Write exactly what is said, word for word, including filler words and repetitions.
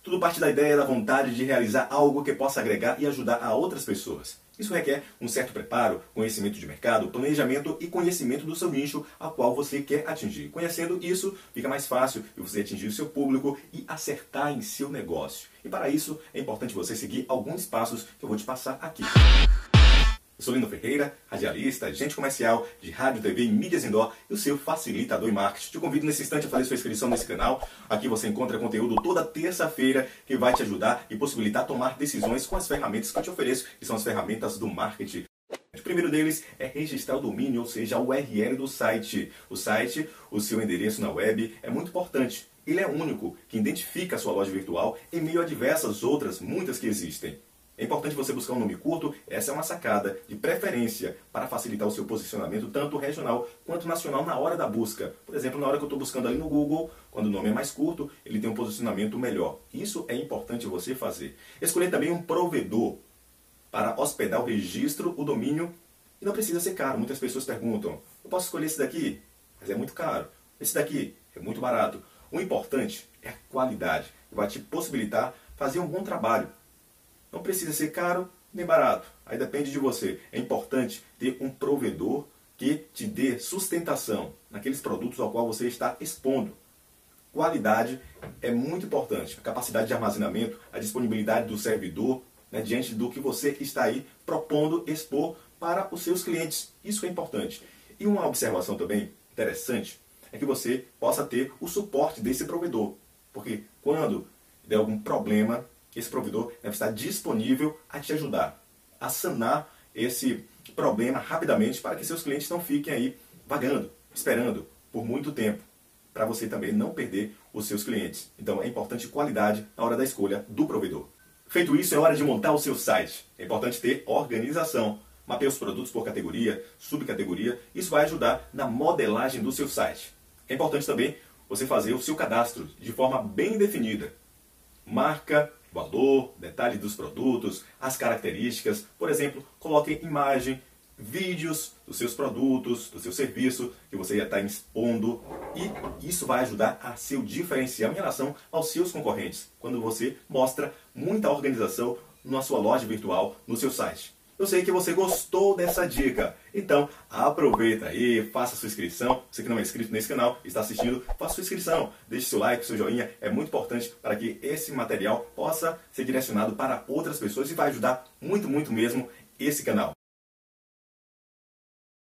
Tudo parte da ideia, da vontade de realizar algo que possa agregar e ajudar a outras pessoas. Isso requer um certo preparo, conhecimento de mercado, planejamento e conhecimento do seu nicho a qual você quer atingir. Conhecendo isso, fica mais fácil de você atingir o seu público e acertar em seu negócio. E para isso, é importante você seguir alguns passos que eu vou te passar aqui. Eu sou Lino Ferreira, radialista, agente comercial de rádio, T V e mídias indoor e o seu facilitador em marketing. Te convido nesse instante a fazer sua inscrição nesse canal. Aqui você encontra conteúdo toda terça-feira que vai te ajudar e possibilitar tomar decisões com as ferramentas que eu te ofereço, que são as ferramentas do marketing. O primeiro deles é registrar o domínio, ou seja, a U R L do site. O site, o seu endereço na web, é muito importante. Ele é único, que identifica a sua loja virtual em meio a diversas outras, muitas que existem. É importante você buscar um nome curto, essa é uma sacada, de preferência, para facilitar o seu posicionamento, tanto regional quanto nacional, na hora da busca. Por exemplo, na hora que eu estou buscando ali no Google, quando o nome é mais curto, ele tem um posicionamento melhor. Isso é importante você fazer. Escolher também um provedor para hospedar o registro, o domínio, e não precisa ser caro. Muitas pessoas perguntam, eu posso escolher esse daqui? Mas é muito caro. Esse daqui é muito barato. O importante é a qualidade, que vai te possibilitar fazer um bom trabalho. Não precisa ser caro nem barato, aí depende de você. É importante ter um provedor que te dê sustentação naqueles produtos ao qual você está expondo. Qualidade é muito importante, a capacidade de armazenamento, a disponibilidade do servidor, né, diante do que você está aí propondo expor para os seus clientes. Isso é importante. E uma observação também interessante é que você possa ter o suporte desse provedor, porque quando der algum problema, esse provedor deve estar disponível a te ajudar a sanar esse problema rapidamente para que seus clientes não fiquem aí vagando, esperando por muito tempo, para você também não perder os seus clientes. Então é importante qualidade na hora da escolha do provedor. Feito isso, é hora de montar o seu site. É importante ter organização. Mapeie os produtos por categoria, subcategoria. Isso vai ajudar na modelagem do seu site. É importante também você fazer o seu cadastro de forma bem definida. Marca, valor, detalhes dos produtos, as características. Por exemplo, coloque imagem, vídeos dos seus produtos, do seu serviço que você já está expondo. E isso vai ajudar a seu diferencial em relação aos seus concorrentes, quando você mostra muita organização na sua loja virtual, no seu site. Eu sei que você gostou dessa dica, então aproveita aí, faça sua inscrição. Você que não é inscrito nesse canal, está assistindo, faça sua inscrição, deixe seu like, seu joinha, é muito importante para que esse material possa ser direcionado para outras pessoas e vai ajudar muito, muito mesmo esse canal.